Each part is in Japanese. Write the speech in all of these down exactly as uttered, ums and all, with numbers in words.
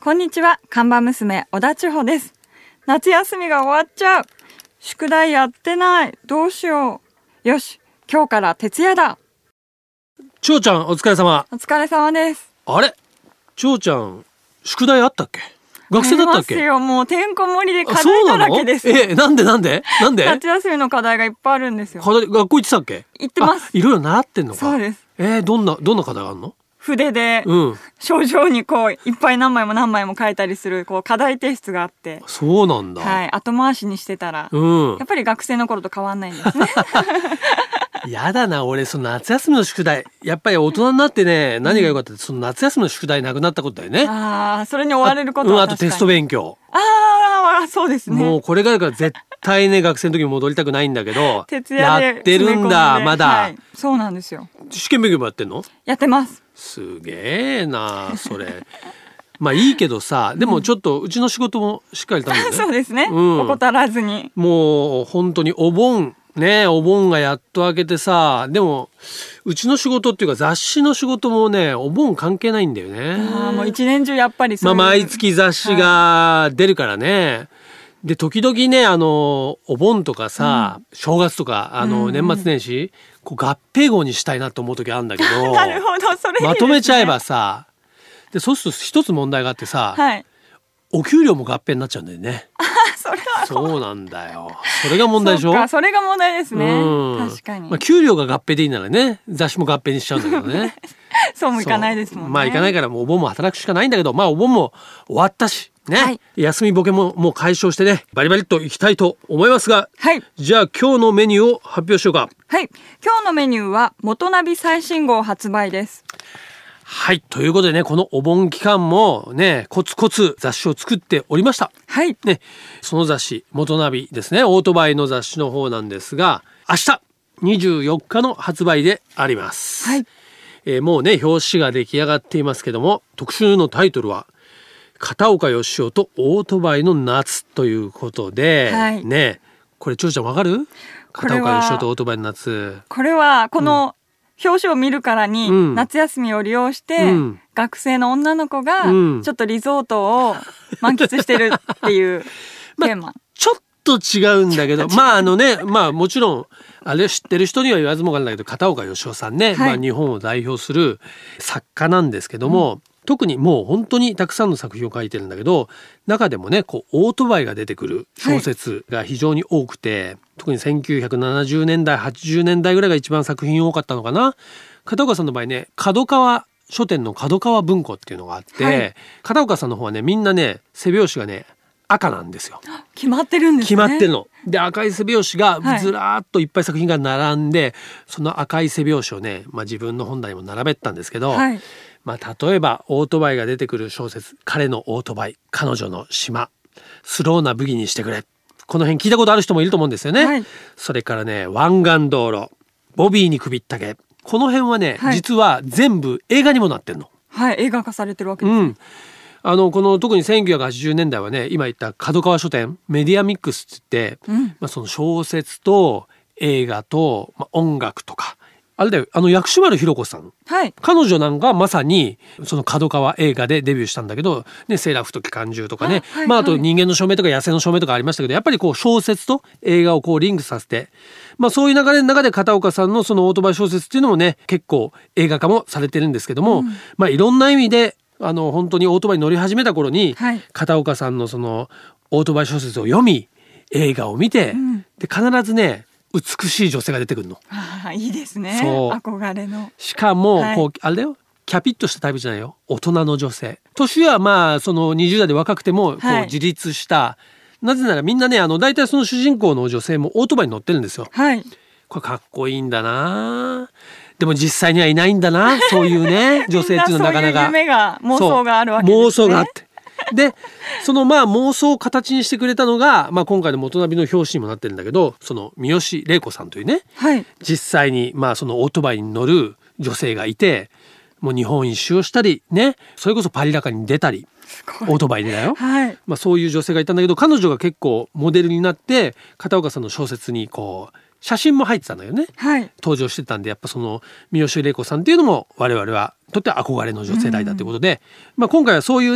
こんにちは、看板娘小田千穂です。夏休みが終わっちゃう。宿題やってない。どうしよう。よし、今日から徹夜だ。 千穂ちゃん、お疲れ様。 お疲れ様です。 あれ、千穂ちゃん宿題あったっけ？学生だったっけ？ ありますよ。もうてんこ盛りで課題だらけです。 え、なんでなんでなんで夏休みの課題がいっぱいあるんですよ。 課題、学校行ってたっけ？ 行ってます。 いろいろ習ってんのか。 そうです。 えー、どんなどんな課題があるの？ 筆で、うん、症状にこういっぱい何枚も何枚も書いたりするこう課題提出があって。 そうなんだ。 はい、後回しにしてたら、うん、やっぱり学生の頃と変わんないんですね。 やだな、俺その夏休みの宿題、やっぱり大人になってね、何が良かったってその夏休みの宿題なくなったことだよね。 ああ、それに追われることは確かに。 あ、うん、あとテスト勉強。 ああ、そうですね。 もうこれからから絶対ね学生の時に戻りたくないんだけど、 徹夜でやってるんだまだ、 はい、そうなんですよ。 試験勉強もやってんの？ やってます。 すげえなそれ。まあいいけどさ、でもちょっとうちの仕事もしっかり頼んで、ね、 そうですね、うん、怠らずに。 もう本当にお盆ね、お盆がやっと明けてさ、でもうちの仕事っていうか雑誌の仕事もねお盆関係ないんだよね。 あ、もう一年中やっぱりそういう、 まあ、毎月雑誌が出るからね、はい、で時々ねあのお盆とかさ、うん、正月とかあの年末年始、うん、こう合併号にしたいなと思う時あるんだけどなるほど、それいいですね。 まとめちゃえばさ、でそうすると一つ問題があってさ、はい、お給料も合併になっちゃうんだよね。 それはそうなんだよ。それが問題でしょ。 そうか、それが問題ですね、うん、確かに、 まあ、給料が合併でいいならね雑誌も合併にしちゃうんだけどね。 そうもいかないですもんね。 まあいかないからもうお盆も働くしかないんだけど、まあお盆も終わったしね、はい、休みボケももう解消してねバリバリっといきたいと思いますが、はい、じゃあ今日のメニューを発表しようか。 はい、今日のメニューは元ナビ最新号発売です。 はい、ということでねこのお盆期間もねコツコツ雑誌を作っておりました。 はい、 ね、その雑誌元ナビですね、オートバイの雑誌の方なんですが明日にじゅうよっかの発売であります。はい、えー、もうね表紙が出来上がっていますけども、特集のタイトルは片岡義雄とオートバイの夏ということで、はい、ね、これちょうちゃんわかる？片岡義雄とオートバイの夏。 これはこの、うん表紙を見るからに、うん、夏休みを利用して、うん、学生の女の子がちょっとリゾートを満喫してるっていうテーマ、まあ、 ちょっと違うんだけどまああのねまあもちろんあれ知ってる人には言わずもがなだけど片岡義雄さんね、はい、まあ、日本を代表する作家なんですけども、うん、特にもう本当にたくさんの作品を書いてるんだけど、中でもねこうオートバイが出てくる小説が非常に多くて、はい、特にせんきゅうひゃくななじゅうねんだいはちじゅうねんだいぐらいが一番作品多かったのかな。片岡さんの場合ね角川書店の角川文庫っていうのがあって、はい、片岡さんの方はねみんなね背表紙がね赤なんですよ。 決まってるんですね。 決まってるので、赤い背表紙がずらーっといっぱい作品が並んで、はい、その赤い背表紙をね、まあ、自分の本棚にも並べてたんですけど、はい、まあ、例えばオートバイが出てくる小説、彼のオートバイ、彼女の島、スローなブギにしてくれ、この辺聞いたことある人もいると思うんですよね、はい、それからね湾岸道路、ボビーに首ったけ、この辺はね、はい、実は全部映画にもなってんの。 はい、映画化されてるわけです、うん、 あのこの特にせんきゅうひゃくはちじゅうねんだいはね今言った角川書店メディアミックスって言って、うん、まあ、その小説と映画と、まあ、音楽とかあれだよ、あの薬師丸ひろ子さん、はい、彼女なんかまさにその角川映画でデビューしたんだけど、ね、セーラー服と機関銃とかね、あ、はいはい、まあ、あと人間の証明とか野生の証明とかありましたけど、やっぱりこう小説と映画をこうリンクさせて、まあ、そういう流れの中で片岡さんのそのオートバイ小説っていうのもね結構映画化もされてるんですけども、うん、まあ、いろんな意味であの本当にオートバイに乗り始めた頃に、はい、片岡さんのそのオートバイ小説を読み映画を見て、うん、で必ずね美しい女性が出てくるの。 あ、いいですね。そう憧れの。 しかも、はい、こうあれだよ、キャピッとしたタイプじゃないよ、大人の女性。年はまあそのにじゅうだいで若くてもこう自立した、はい、なぜならみんなねあの大体その主人公の女性もオートバイに乗ってるんですよ、はい、これかっこいいんだな。でも実際にはいないんだなそういうね女性っていうのはなかなかそういう夢が妄想があるわけですね。 妄想があってでそのまあ妄想を形にしてくれたのが、まあ、今回の元ナビの表紙にもなってるんだけど、その三好玲子さんというね、はい、実際にまあそのオートバイに乗る女性がいて、もう日本一周をしたりね、それこそパリ高に出たりオートバイでだよ、はい、まあ、そういう女性がいたんだけど、彼女が結構モデルになって片岡さんの小説にこう写真も入ってたのよね、はい、登場してたんで、やっぱその三好玲子さんっていうのも我々はとって憧れの女性代だということで、まあ、今回はそういうね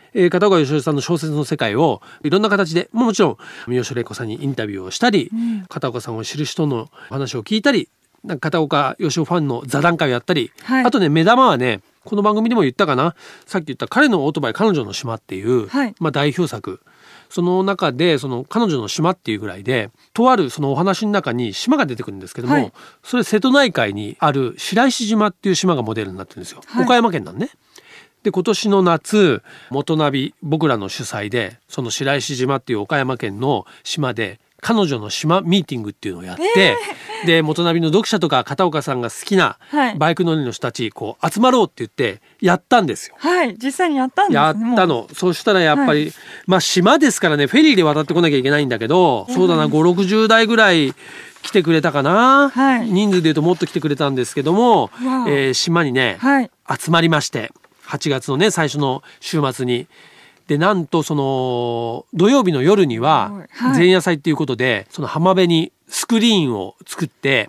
えー、片岡義雄さんの小説の世界をいろんな形でもちろん三好玲子さんにインタビューをしたり、うん、片岡さんを知る人の話を聞いたり、なんか片岡義雄ファンの座談会をやったり、はい、あとね目玉はね、この番組でも言ったかな、さっき言った彼のオートバイ彼女の島っていう、はい、まあ、代表作、その中でその彼女の島っていうぐらいでとあるそのお話の中に島が出てくるんですけども、はい、それ瀬戸内海にある白石島っていう島がモデルになってるんですよ、はい、岡山県なんね。で今年の夏元ナビ僕らの主催でその白石島っていう岡山県の島で彼女の島ミーティングっていうのをやって、えー、で元ナビの読者とか片岡さんが好きなバイク乗りの人たちこう集まろうって言ってやったんですよ。 はい、実際にやったんですね。 やったの。そしたらやっぱり、はい、まあ島ですからね、フェリーで渡ってこなきゃいけないんだけど、そうだなごじゅうろくじゅうだいぐらい来てくれたかな、はい、人数でいうともっと来てくれたんですけども、えー、島にね、はい、集まりまして、はちがつのね最初の週末にで、なんとその土曜日の夜には前夜祭っていうことで、はい、その浜辺にスクリーンを作って、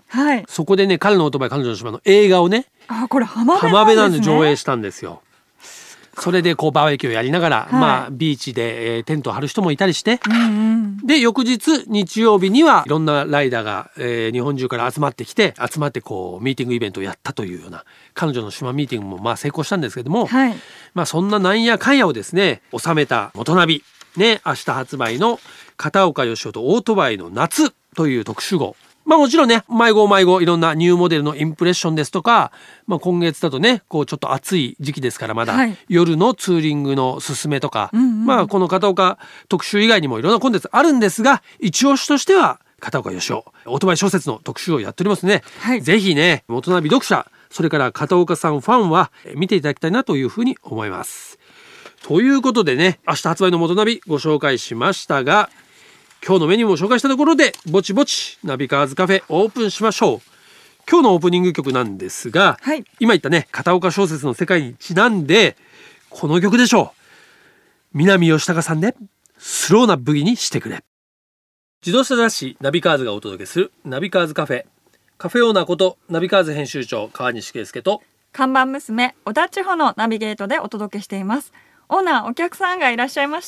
はい、そこでね彼のオートバイ彼女の島の映画をね、 あ、これ浜辺浜辺なんで上映したんですよ。それでこうバーベキューをやりながら、はい、まあビーチで、えー、テントを張る人もいたりして、うんうん、で翌日日曜日にはいろんなライダーが、えー、日本中から集まってきて集まってこうミーティングイベントをやったというような彼女の島ミーティングもまあ成功したんですけども、はい、まあそんななんやかんやをですね収めた元ナビね、明日発売の片岡義雄とオートバイの夏という特集号、まあもちろんね毎号毎号いろんなニューモデルのインプレッションですとか、まあ、今月だとねこうちょっと暑い時期ですからまだ、はい、夜のツーリングのすすめとか、うんうん、まあこの片岡特集以外にもいろんなコンテンツあるんですが、一押しとしては片岡義雄オートバイ小説の特集をやっておりますね、はい、ぜひね元ナビ読者それから片岡さんファンは見ていただきたいなというふうに思います。ということでね明日発売の元ナビご紹介しましたが、今日のメニューも紹介したところでぼちぼちナビカーズカフェオープンしましょう。今日のオープニング曲なんですが、はい、今言ったね片岡小説の世界にちなんでこの曲でしょう。南吉高さんでスローなブギにしてくれ。自動車雑誌ナビカーズがお届けするナビカーズカフェ、カフェオーナーことナビカーズ編集長川西圭介と看板娘小田千穂のナビゲートでお届けしています。オーナーお客さんがいらっしゃいました。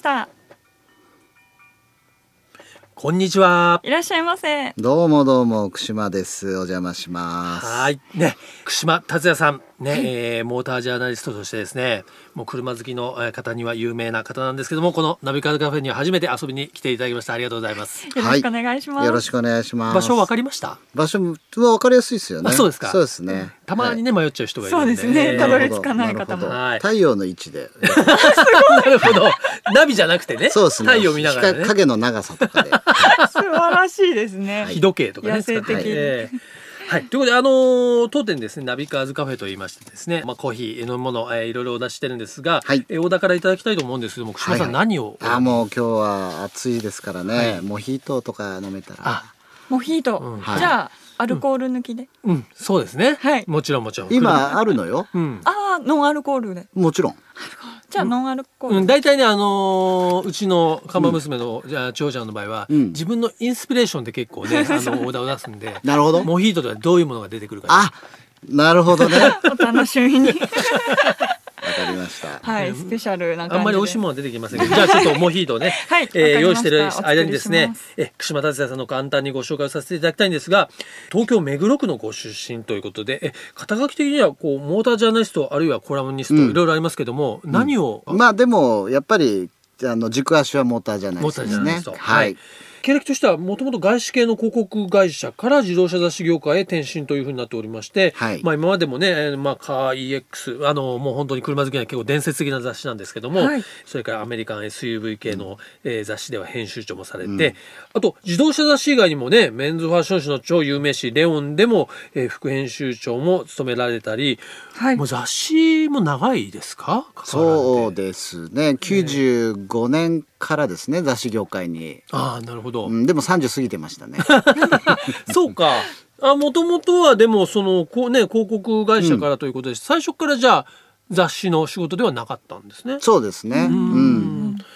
こんにちは。 いらっしゃいませ。 どうもどうも、串間です。お邪魔します。 はいね、串間達也さんね、はい、えー、モータージャーナリストとしてですね、もう車好きの方には有名な方なんですけども、このナビカーズカフェには初めて遊びに来ていただきました。ありがとうございます。 よろしくお願いします。はい、 よろしくお願いします。 場所分かりました？ 場所は分かりやすいですよね。 あ、そうですか。 そうですね。 たまにね、はい、迷っちゃう人がいるんで。 そうですね。たどり着かない方も。 はい、太陽の位置で。 なるほど。ナビじゃなくてね。 そうですね。 太陽見ながらね。 影の長さとかで。 素晴らしいですね。 日時計とかね。 野生的。 えーはい、ということで、あのー、当店ですねナビカーズカフェといいましてですね、まあ、コーヒー飲み物、えー、いろいろお出ししてるんですが、はい、えー、オーダーからいただきたいと思うんですけども、串間さん、はいはい、何をあもう今日は暑いですからね、はい、モヒートとか飲めたら。 あモヒート、うん、じゃあアルコール抜きで、 うん、うん、そうですね、はい、もちろんもちろん今あるのよ、 うん、あノンアルコールでもちろん。 じゃあノンアルコール、 うん、大体ね、あのー、うちの看板娘の、うん、じゃあ長ちゃんの場合は、うん、自分のインスピレーションで結構ねあのオーダーを出すんでなるほど。 モヒートではどういうものが出てくるか、ね、 あなるほどねお楽しみにわかりました。 はい、スペシャルな感じであんまり美味しいものは出てきませんけどじゃあちょっとモヒートをね、はいえー、用意している間にですねえ串間達也さんの簡単にご紹介させていただきたいんですが、東京目黒区のご出身ということで、え肩書き的にはこうモータージャーナリストあるいはコラムニスト、うん、いろいろありますけども、うん、何をまあでもやっぱりあの軸足はモータージャーナリストですね。はい、 はい経歴としてはもともと外資系の広告会社から自動車雑誌業界へ転身というふうになっておりまして、はい、まあ、今までもね、まあ、カー イーエックス あのもう本当に車好きな結構伝説的な雑誌なんですけども、はい、それからアメリカン エスユーブイ 系の、うんえー、雑誌では編集長もされて、うん、あと自動車雑誌以外にもねメンズファッション誌の超有名誌レオンでも、えー、副編集長も務められたり、はい、もう雑誌も長いですか？ そうですねきゅうじゅうごねんからですね雑誌業界に。 ああなるほど、 うん、でもさんじゅう過ぎてましたねそうか。あもともとはでもそのこう、ね、広告会社からということで、うん、最初からじゃあ雑誌の仕事ではなかったんですね。 そうですね。うん、うん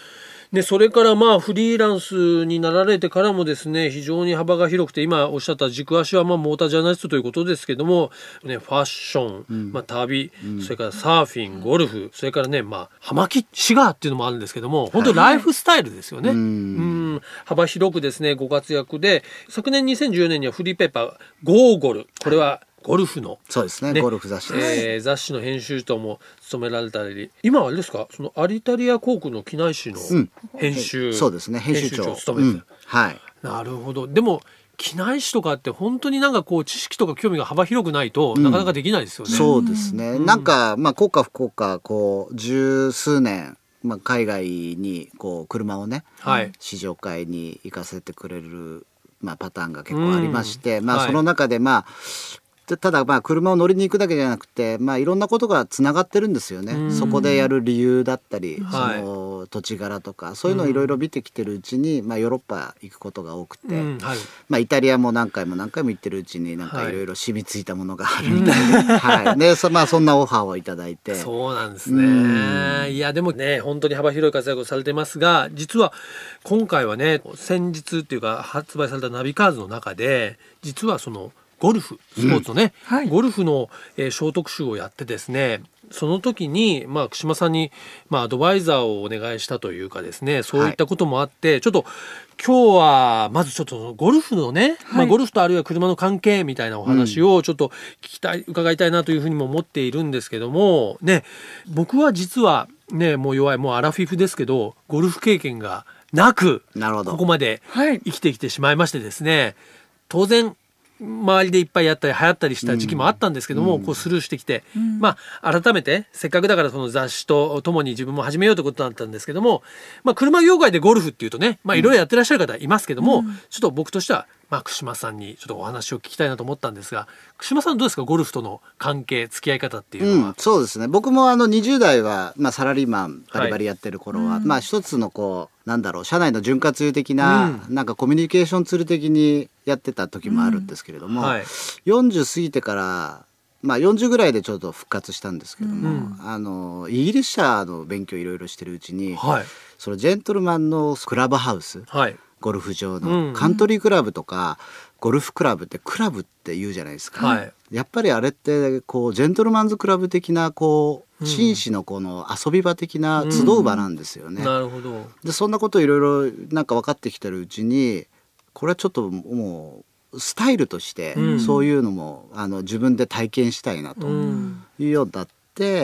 でそれからまあフリーランスになられてからもですね非常に幅が広くて今おっしゃった軸足はまあモータージャーナリストということですけども、ね、ファッション、うんまあ、旅、うん、それからサーフィンゴルフそれからねまあ葉巻シガーっていうのもあるんですけども本当ライフスタイルですよね、はい、うんうん幅広くですねご活躍で昨年にせんじゅうよねんにはフリーペーパーゴーゴルこれはゴルフの、 そうですね、ねゴルフ雑誌です、 えー、雑誌の編集長も務められたり今はあれですかそのアリタリア航空の機内誌の編集、 うん、そうですね編集長を務めて、うん、 はいなるほどでも機内誌とかって本当になんかこう知識とか興味が幅広くないと、うん、なかなかできないですよね。 そうですね、うん、なんかまあ幸か不幸かこう十数年まあ、海外にこう車をね、はい、試乗会に行かせてくれる、まあ、パターンが結構ありまして、うんまあ、その中でまあただまあ車を乗りに行くだけじゃなくて、まあ、いろんなことがつながってるんですよね、うん、そこでやる理由だったり、はい、その土地柄とかそういうのをいろいろ見てきてるうちに、まあ、ヨーロッパ行くことが多くて、うんはいまあ、イタリアも何回も何回も行ってるうちになんかいろいろ染みついたものがあるみたいで、はいはい、でそ、まあ、そんなオファーをいただいてそうなんですね、うん、いやでもね本当に幅広い活躍をされてますが実は今回はね先日っていうか発売されたナビカーズの中で実はそのゴルフスポーツのね、うんはい、ゴルフの、えー、小特集をやってですねその時に、まあ、串間さんに、まあ、アドバイザーをお願いしたというかですねそういったこともあって、はい、ちょっと今日はまずちょっとゴルフのね、はいまあ、ゴルフとあるいは車の関係みたいなお話をちょっと聞きたい、うん、伺いたいなというふうにも思っているんですけどもね僕は実はねもう弱いもうアラフィフですけどゴルフ経験がなくここまで生きてきてしまいましてですね、はい、当然周りでいっぱいやったり流行ったりした時期もあったんですけども、うん、こうスルーしてきて、うん、まあ改めてせっかくだからその雑誌とともに自分も始めようということだったんですけども、まあ、車業界でゴルフっていうとねまあいろいろやってらっしゃる方いますけども、うん、ちょっと僕としてはまあ串間さんにちょっとお話を聞きたいなと思ったんですが串間さんどうですかゴルフとの関係付き合い方っていうのは、うん、 そうですね僕もあのにじゅう代は、まあ、サラリーマンバリバリやってる頃は、はい、まあ一つのこうなんだろう社内の潤滑油的な、うん、なんかコミュニケーションツール的にやってた時もあるんですけれども、うんはい、よんじゅう過ぎてからまあよんじゅうぐらいでちょっと復活したんですけども、うん、あのイギリス車の勉強いろいろしてるうちに、はい、そのジェントルマンのクラブハウス、はい、ゴルフ場のカントリークラブとか、うん、ゴルフクラブってクラブって言うじゃないですか、はい、やっぱりあれってこうジェントルマンズクラブ的なこう紳士のこの遊び場的な集う場なんですよね、 うん、なるほどでそんなこといろいろなんか分かってきてるうちにこれはちょっともうスタイルとしてそういうのも、うん、あの自分で体験したいなというようになって、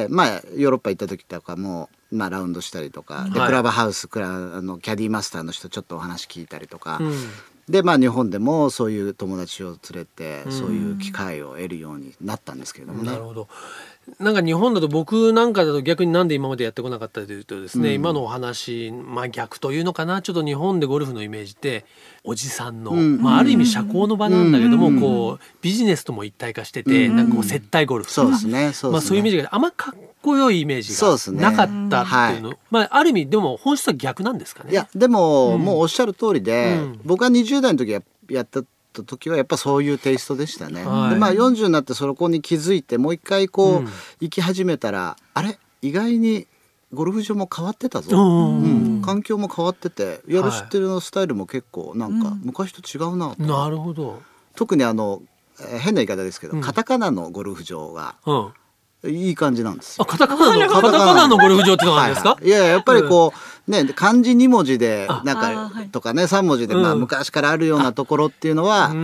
うん、まあヨーロッパ行った時とかも、まあ、ラウンドしたりとかで、はい、クラブハウスクラあのキャディーマスターの人ちょっとお話聞いたりとか、うんでまあ、日本でもそういう友達を連れてそういう機会を得るようになったんですけれどもね。 なるほどなんか日本だと僕なんかだと逆になんで今までやってこなかったというとですね、うん、今のお話、まあ、逆というのかなちょっと日本でゴルフのイメージっておじさんの、うんまあ、ある意味社交の場なんだけども、うん、こうビジネスとも一体化してて、うん、なんかこう接待ゴルフとか、 そうですね、そうですね、 まあ、そういうイメージがあんまかっこよいイメージがなかったっていうの、ねはいまあ、ある意味でも本質は逆なんですかね。 いやでも、うん、もうおっしゃる通りで、うん、僕はにじゅう代の時ややった時はやっぱそういうテイストでしたね、はい、でまあよんじゅうになってそこに気づいてもう一回こう、うん、行き始めたらあれ意外にゴルフ場も変わってたぞ、うんうん、環境も変わっててやる知ってるのスタイルも結構なんか昔と違うなと、 うん、なるほど特にあの、えー、変な言い方ですけど、うん、カタカナのゴルフ場が、うんいい感じなんですよ。 あ、カタカナのカタカナのゴルフ場ってのがあるんですか？ はいはい、いやいややっぱりこう、ね漢字に文字でなんかとかねさん文字でまあ昔からあるようなところっていうのは、うん、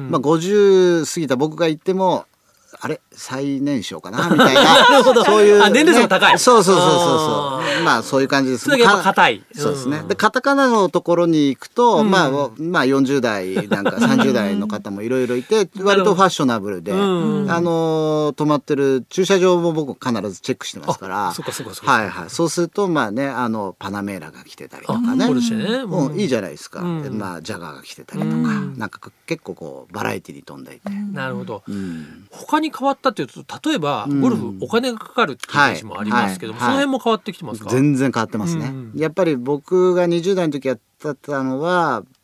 まあごじゅう過ぎた僕が行ってもあれ最年少かなみたいなそういう、ね、 あ年齢層が高いそうそうそうそうそうまあそういう感じです。 それがやっぱ硬い、 そうですね。でカタカナのところに行くと、うん、まあまあよんじゅう代なんかさんじゅう代の方もいろいろいて割とファッショナブルで、うん、あの泊まってる駐車場も僕必ずチェックしてますから、 そうかそうかそうかはいはい。そうするとまあねあのパナメーラが来てたりとかね、 ポルシェね、 うん、いいじゃないですか。うん、まあジャガーが来てたりとか、うん、なんか結構こうバラエティに富んでいて、 なるほど。うん、他に変わったっていうと例えばゴルフお金がかかるっていう話もありますけども、はいはい、その辺も変わってきてますか？ 全然変わってますね、うん、やっぱり僕がにじゅう代の時やってたのは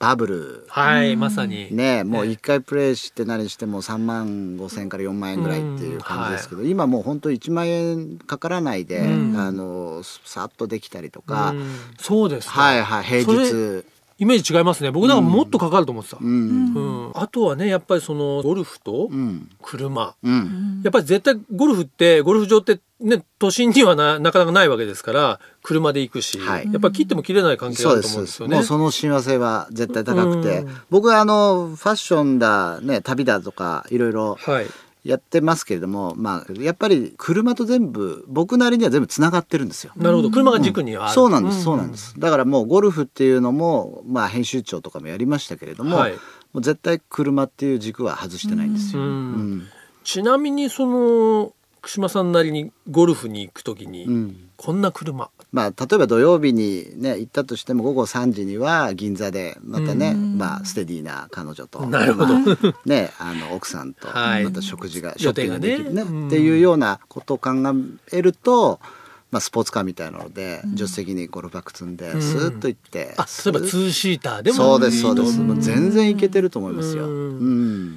バブル、 はい、まさにね、もういっかいプレイして何してもさんまんごせんからよんまんえんぐらいっていう感じですけど、はい、今もう本当いちまんえんかからないで、あのさっとできたりとか、 そうですか、 はいはい、平日イメージ違いますね。僕なんかもっとかかると思ってた、 うんうん、あとはねやっぱりそのゴルフと車、 うん、 やっぱり絶対ゴルフってゴルフ場ってね都心には な, なかなかないわけですから車で行くし、はい、やっぱり切っても切れない関係があると思うんですよね。 もうその親和性は絶対高くて、僕はあのファッションだ、ね、旅だとかいろいろやってますけれども、はい、まあ、やっぱり車と全部僕なりには全部つながってるんですよ。 なるほど、車が軸にはある、 うん、そうなんですそうなんです、だからもうゴルフっていうのも、まあ、編集長とかもやりましたけれども、はい、もう絶対車っていう軸は外してないんですよ、うんうん、 ちなみにその串間さんなりにゴルフに行くときに、うん、こんな車、 まあ、例えば土曜日に、ね、行ったとしても午後さんじには銀座でまたね、まあ、ステディーな彼女と、 なるほど、 まあね、あの奥さんとまた食事が、はい、ショッピングができるね、ね、っていうようなことを考えると、まあ、スポーツカーみたいなので助手席にゴルフバッグ積んでスーッと行って、うん、 あ、例えばツーシーターでもそうですそうです、もう全然いけてると思いますよ、うん、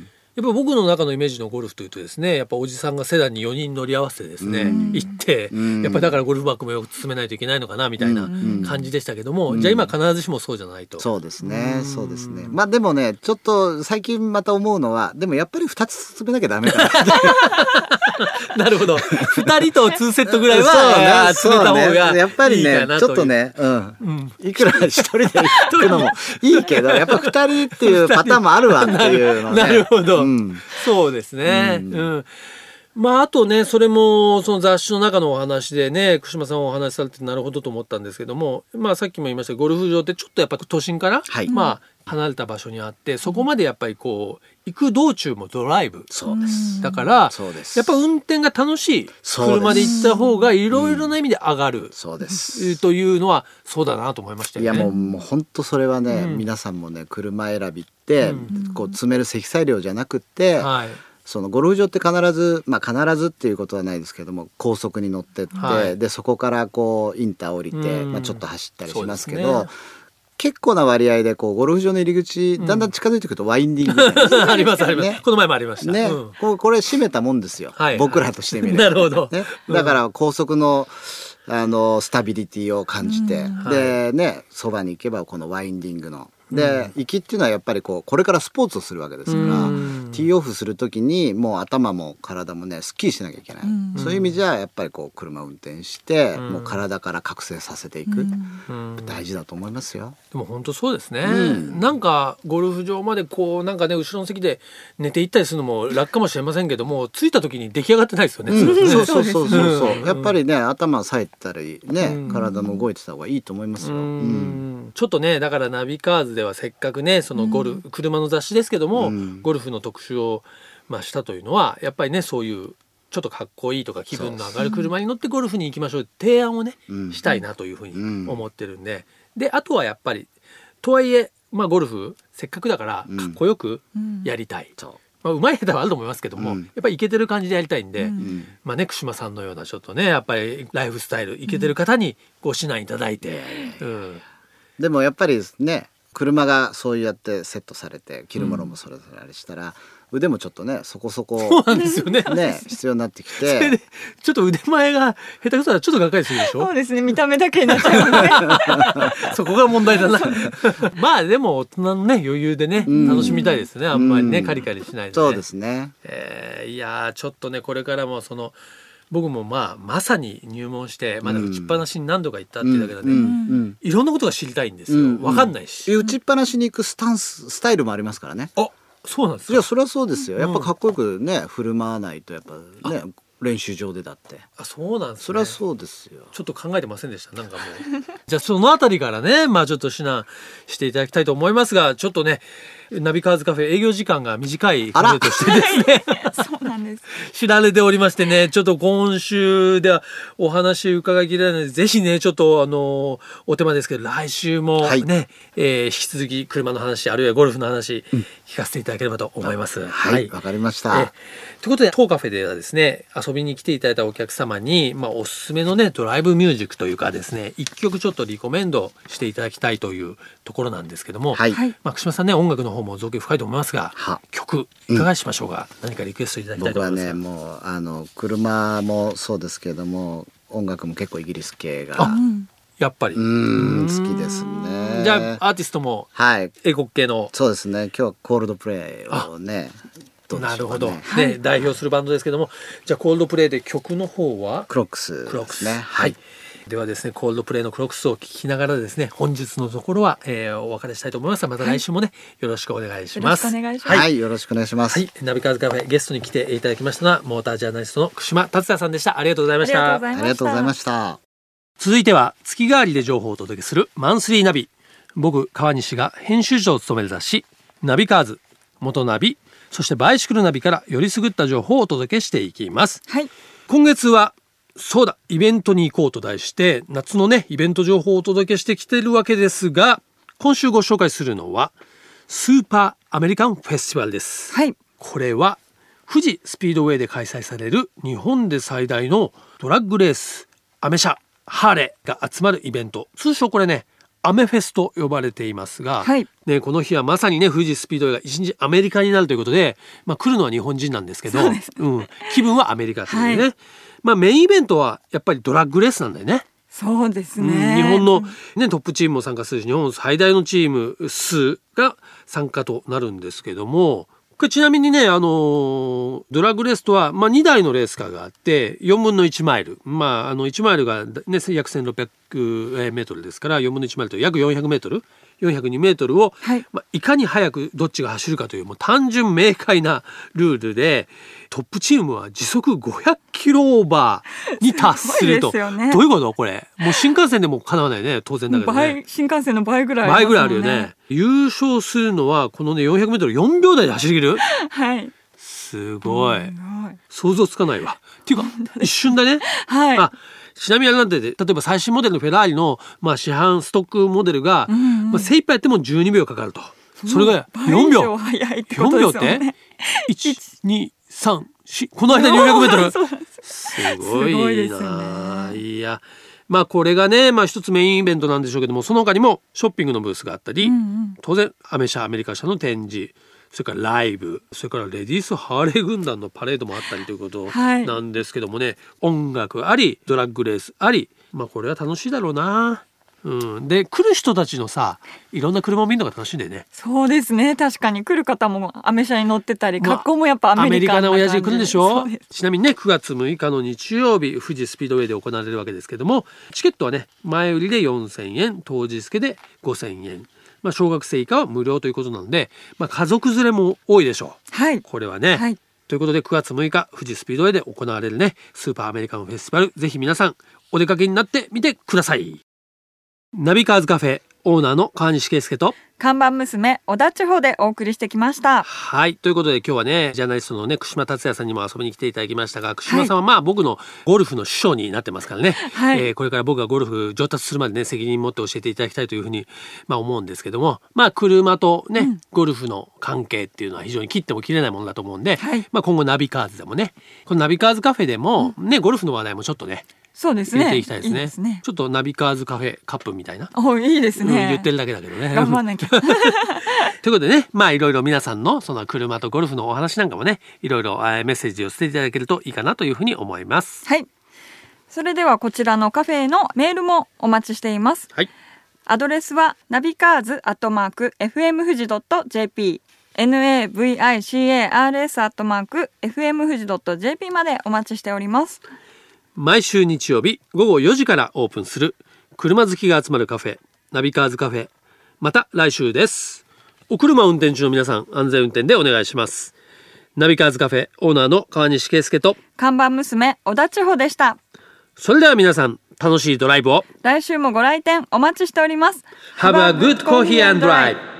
やっぱ僕の中のイメージのゴルフというとですね、やっぱおじさんがセダンによにん乗り合わせてですね、うん、行って、うん、やっぱりだからゴルフバッグもよく進めないといけないのかなみたいな感じでしたけども、うん、じゃあ今必ずしもそうじゃないと。 そうですね、うん、そうですね。まあでもね、ちょっと最近また思うのは、でもやっぱりふたつ進めなきゃダメかななるほど、ふたりとツーセットぐらいは進めた方がいいかなという、ね、 やっぱりねちょっとね、うんうん、いくら一人で行くのもいいけどやっぱふたりっていうパターンもあるわっていうのねなるほど、うん、そうですね、うんうん、まああとね、それもその雑誌の中のお話でね、串間さんお話しされてなるほどと思ったんですけども、まあさっきも言いましたゴルフ場ってちょっとやっぱ都心から、はい、まあ離れた場所にあって、そこまでやっぱりこう行く道中もドライブ、 そうです、 だからそうです、 やっぱ運転が楽しい車で行った方がいろいろな意味で上がる、 そうです、 というのはそうだなと思いましたよね。 いやもう、もう本当それはね、うん、皆さんもね車選びって、うん、こう詰める積載量じゃなくって、はい、そのゴルフ場って必ず、まあ、必ずっていうことはないですけども高速に乗ってって、はい、でそこからこうインター降りて、うん、まあ、ちょっと走ったりしますけど、結構な割合でこうゴルフ場の入り口だんだん近づいてくるとワインディングみたいな、 うん、ありますあります、ね、この前もありました、 ね、 うん、 こ, これ締めたもんですよ、はい、僕らとしてみればなるほど、 ね、だから高速のあのスタビリティを感じて、うん、でね、そばに行けばこのワインディングので、うん、行きっていうのはやっぱりこうこれからスポーツをするわけですから、うん、ティーオフする時にもう頭も体もねすっきりしなきゃいけない、うん、そういう意味じゃやっぱりこう車を運転して、うん、もう体から覚醒させていく、うん、大事だと思いますよ。 でも本当そうですね、うん、なんかゴルフ場までこうなんかね後ろの席で寝ていったりするのも楽かもしれませんけども、着いた時に出来上がってないですよね、うん、 そうそうそうそうそう、うん、やっぱりね頭さえたりね、うん、体も動いてた方がいいと思いますよ、うんうん、 ちょっとねだからナビカーズではせっかくねそのゴル、うん、車の雑誌ですけども、うん、ゴルフの特集を、まあ、したというのはやっぱりねそういうちょっとかっこいいとか気分の上がる車に乗ってゴルフに行きましょう提案をね、うん、したいなというふうに思ってるんで、であとはやっぱりとはいえ、まあ、ゴルフせっかくだからかっこよくやりたい、うん、まあ、うまい下手はあると思いますけども、うん、やっぱりイケてる感じでやりたいんで、うん、まあね串間さんのようなちょっとねやっぱりライフスタイルイケてる方にご指南いただいて、うん、うん、 でもやっぱりね車がそうやってセットされて着るものもそれぞれあれしたら、うん、腕もちょっとねそこそこそうなんですよねね必要になってきてちょっと腕前が下手くそだとちょっとがっかりするでしょ。 そうですね、見た目だけになっちゃうのでそこが問題だなまあでも大人のね余裕でね、うん、楽しみたいですね、あんまりね、うん、カリカリしないでね。 そうですね、 えー、いやちょっとねこれからもその僕もまあまさに入門してまだ打ちっぱなしに何度か行ったっていうだけでね、うんうん、いろんなことが知りたいんですよ、うんうん、分かんないし、 打ちっぱなしに行くスタンススタイルもありますからね。 あ、そうなんですか。 いやそれはそうですよ、やっぱかっこよくね振る舞わないとやっぱね練習場でだって。 あ、そうなんですね。 それはそうですよ。 ちょっと考えてませんでした、なんかもうじゃあそのあたりからねまあちょっと指南していただきたいと思いますが、ちょっとねナビカーズカフェ営業時間が短いカフェとしてですねそうなんです知られておりましてね、ちょっと今週ではお話伺いきれないので、ぜひねちょっとあのお手間ですけど来週もね、はい、えー、引き続き車の話あるいはゴルフの話、うん、聞かせていただければと思います。 はい、わ、はい、かりました。えということで当カフェではですね、遊びに来ていただいたお客様に、まあ、おすすめのねドライブミュージックというかですね、一曲ちょっとリコメンドしていただきたいというところなんですけども、はい、まあ、串間さんね音楽の方も造形深いと思いますが、曲いかがしましょうか、うん、何かリクエストいただきたいと思います。 僕はねもうあの車もそうですけれども音楽も結構イギリス系がやっぱりうん好きですね。 じゃあアーティストも英国系の、 はい、そうですね、今日はコールドプレイをね、どうでしょうかね。なるほど、 ね、はい、代表するバンドですけども、じゃあコールドプレイで曲の方はクロックスですね。はい、 ではですねコールドプレイのクロックスを聴きながらですね本日のところは、えー、お別れしたいと思いますが、また来週もね、はい、よろしくお願いします。 よろしくお願いします。 はい、よろしくお願いします。 はい、ナビカーズカフェゲストに来ていただきましたのはモータージャーナリストの串間達也さんでした。ありがとうございました。 ありがとうございました。 続いては月替わりで情報をお届けするマンスリーナビ。僕川西が編集長を務める雑誌ナビカーズ、元ナビ、そしてバイシクルナビからよりすぐった情報をお届けしていきます。 はい、 今月はそうだイベントに行こうと題して夏のねイベント情報をお届けしてきているわけですが、今週ご紹介するのはスーパーアメリカンフェスティバルです。 はい、 これは富士スピードウェイで開催される日本で最大のドラッグレースアメ車ハーレーが集まるイベント、通称これねアメフェスと呼ばれていますが、はい、ね、この日はまさにね富士スピードウェイが一日アメリカになるということで、まあ、来るのは日本人なんですけど、うん、気分はアメリカというね、はい、まあ、メインイベントはやっぱりドラッグレースなんだよね。 そうですね、 うん、日本の、ね、トップチームも参加するし日本最大のチーム数が参加となるんですけども、これちなみにね、あのー、ドラッグレースとは、まあ、にだいのレースカーがあってよんぶんのいちマイル、まあ、あのいちマイルが、ね、約せんろっぴゃくメートルですからよんぶんのいちマイルと約よんひゃくメートルよんひゃくにメートルを、はい、まあ、いかに早くどっちが走るかというもう単純明快なルールでトップチームは時速ごひゃくキロオーバーに達すると。すごいですよね。どういうことこれもう新幹線でもかなわないね当然だけどね。 倍新幹線の倍ぐらいありますもんね。倍ぐらいあるよね。 優勝するのはこのねよんひゃくメートルよんびょうだいで走り切るはいすごい、想像つかないわっていうか一瞬だね。 はい、 あちなみにあれなんて例えば最新モデルのフェラーリの、まあ、市販ストックモデルが、うんうん、まあ、精一杯やってもじゅうにびょうかかると。それがよんびょう早いってことですよね。よんびょうっていちにさんしこの間によんひゃくメートルすごいな。いですね。いやまあこれがね、まあ、一つメインイベントなんでしょうけども、その他にもショッピングのブースがあったり、うんうん、当然アメ車アメリカ車の展示、それからライブ、それからレディースハーレー軍団のパレードもあったりということなんですけどもね、はい、音楽ありドラッグレースあり、まあこれは楽しいだろうな。うん、で来る人たちのさいろんな車を見るのが楽しいんだよね。 そうですね、確かに来る方もアメ車に乗ってたり、格好もやっぱアメリカンな感じ、 アメリカな親父来るでしょ。ちなみにねくがつむいかの日曜日富士スピードウェイで行われるわけですけども、チケットはね前売りでよんせんえん、当日付でごせんえん、まあ、小学生以下は無料ということなので、まあ、家族連れも多いでしょう、はい、これはね、はい、ということでくがつむいか富士スピードウェイで行われるねスーパーアメリカンフェスティバル、ぜひ皆さんお出かけになってみてください。ナビカーズカフェオーナーの川西圭介と看板娘小田地方でお送りしてきました。 はい、ということで今日はねジャーナリストのね串間達也さんにも遊びに来ていただきましたが、串間さんはまあ僕のゴルフの師匠になってますからね、はい、えー、これから僕がゴルフ上達するまでね責任持って教えていただきたいというふうにまあ思うんですけども、まあ車とね、うん、ゴルフの関係っていうのは非常に切っても切れないものだと思うんで、はい、まあ今後ナビカーズでもねこのナビカーズカフェでもね、うん、ゴルフの話題もちょっとねそうですね、 入れていきたいですね。いいですね。ちょっとナビカーズカフェカップみたいな。 お、いいですね、 うん、言ってるだけだけどね。 頑張んなきゃ。ということでね、まあいろいろ皆さんのその車とゴルフのお話なんかもね、いろいろメッセージを捨てていただけるといいかなというふうに思います。 はい。それではこちらのカフェへのメールもお待ちしています。はい。アドレスはナビカーズアットマーク エフエム 富士 ドット ジェーピー、ナビカーズ アットマーク エフエム 富士 ドット ジェーピー までお待ちしております。 毎週日曜日ごごよじからオープンする車好きが集まるカフェナビカーズカフェ、また来週です。お車運転中の皆さん安全運転でお願いします。ナビカーズカフェオーナーの川西圭介と看板娘小田千穂でした。 それでは皆さん楽しいドライブを。 来週もご来店お待ちしております。 Have a good coffee and drive.